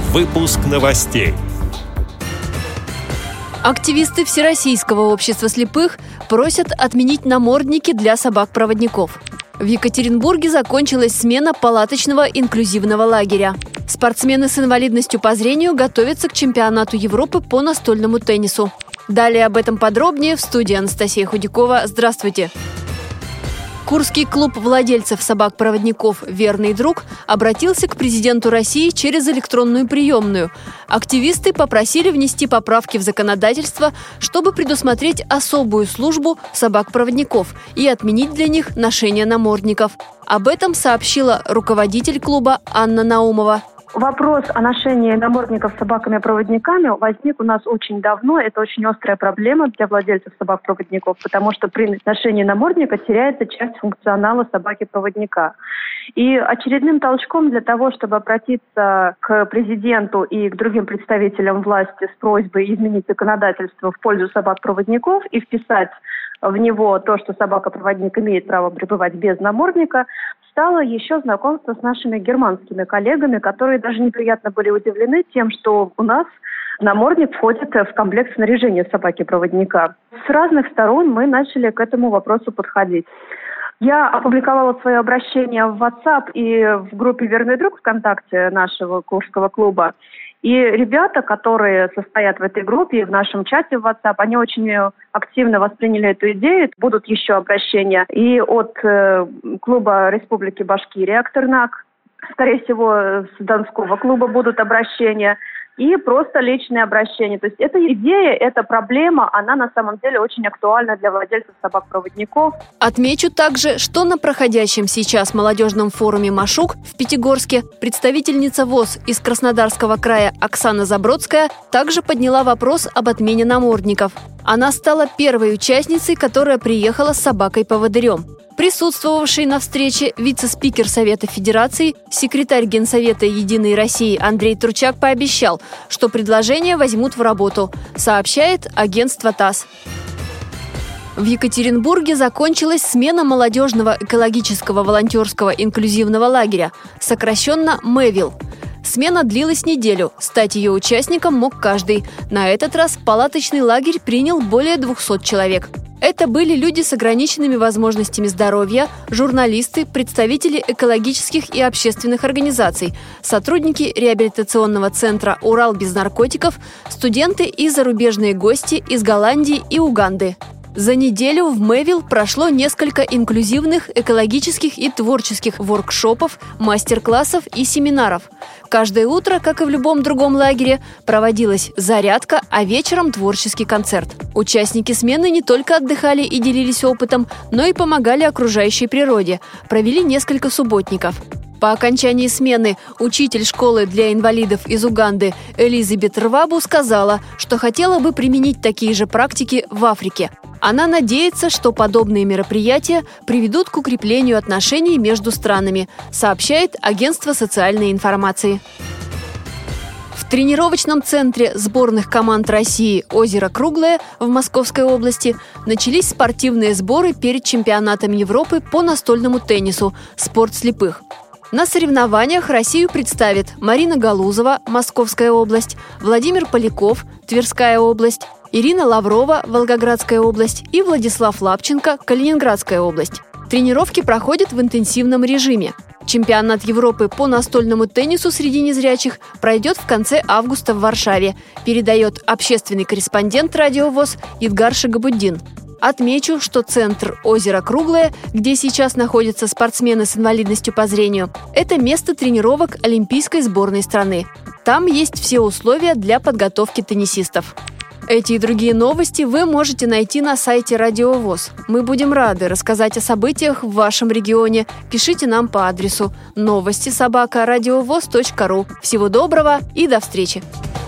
Выпуск новостей. Активисты Всероссийского общества слепых просят отменить намордники для собак-проводников. В Екатеринбурге закончилась смена палаточного инклюзивного лагеря. Спортсмены с инвалидностью по зрению готовятся к чемпионату Европы по настольному теннису. Далее об этом подробнее в студии Анастасия Худякова. Здравствуйте! Курский клуб владельцев собак-проводников «Верный друг» обратился к президенту России через электронную приемную. Активисты попросили внести поправки в законодательство, чтобы предусмотреть особую службу собак-проводников и отменить для них ношение намордников. Об этом сообщила руководитель клуба Анна Наумова. Вопрос о ношении намордников с собаками-проводниками возник у нас очень давно. Это очень острая проблема для владельцев собак-проводников, потому что при ношении намордника теряется часть функционала собаки-проводника. И очередным толчком для того, чтобы обратиться к президенту и к другим представителям власти с просьбой изменить законодательство в пользу собак-проводников и вписать в него то, что собака-проводник имеет право пребывать без намордника, стало еще знакомство с нашими германскими коллегами, которые даже неприятно были удивлены тем, что у нас намордник входит в комплект снаряжения собаки-проводника. С разных сторон мы начали к этому вопросу подходить. Я опубликовала свое обращение в WhatsApp и в группе «Верный друг» ВКонтакте нашего Курского клуба. И ребята, которые состоят в этой группе, в нашем чате в WhatsApp, они очень активно восприняли эту идею. Будут еще обращения и от клуба Республики Башкирия «Актернак». Скорее всего, с Донского клуба будут обращения. И просто личные обращения. То есть эта идея, эта проблема, она на самом деле очень актуальна для владельцев собак-проводников. Отмечу также, что на проходящем сейчас молодежном форуме «Машук» в Пятигорске представительница ВОС из Краснодарского края Оксана Забродская также подняла вопрос об отмене намордников. Она стала первой участницей, которая приехала с собакой-поводырем. Присутствовавший на встрече вице-спикер Совета Федерации, секретарь Генсовета «Единой России» Андрей Турчак пообещал, что предложение возьмут в работу, сообщает агентство ТАСС. В Екатеринбурге закончилась смена молодежного экологического волонтерского инклюзивного лагеря, сокращенно МЭВИЛ. Смена длилась неделю, стать ее участником мог каждый. На этот раз палаточный лагерь принял более 200 человек. Это были люди с ограниченными возможностями здоровья, журналисты, представители экологических и общественных организаций, сотрудники реабилитационного центра «Урал без наркотиков», студенты и зарубежные гости из Голландии и Уганды. За неделю в МЭВИЛ прошло несколько инклюзивных, экологических и творческих воркшопов, мастер-классов и семинаров. Каждое утро, как и в любом другом лагере, проводилась зарядка, а вечером творческий концерт. Участники смены не только отдыхали и делились опытом, но и помогали окружающей природе, провели несколько субботников. По окончании смены учитель школы для инвалидов из Уганды Элизабет Рвабу сказала, что хотела бы применить такие же практики в Африке. Она надеется, что подобные мероприятия приведут к укреплению отношений между странами, сообщает агентство социальной информации. В тренировочном центре сборных команд России «Озеро Круглое» в Московской области начались спортивные сборы перед чемпионатом Европы по настольному теннису «Спорт слепых». На соревнованиях Россию представят Марина Галузова, Московская область, Владимир Поляков, Тверская область, Ирина Лаврова, Волгоградская область и Владислав Лапченко, Калининградская область. Тренировки проходят в интенсивном режиме. Чемпионат Европы по настольному теннису среди незрячих пройдет в конце августа в Варшаве, передает общественный корреспондент Радио ВОС Идгар Шагабуддин. Отмечу, что центр «Озеро Круглое», где сейчас находятся спортсмены с инвалидностью по зрению, это место тренировок олимпийской сборной страны. Там есть все условия для подготовки теннисистов. Эти и другие новости вы можете найти на сайте Радио ВОС. Мы будем рады рассказать о событиях в вашем регионе. Пишите нам по адресу новости@радиовос.ру. Всего доброго и до встречи!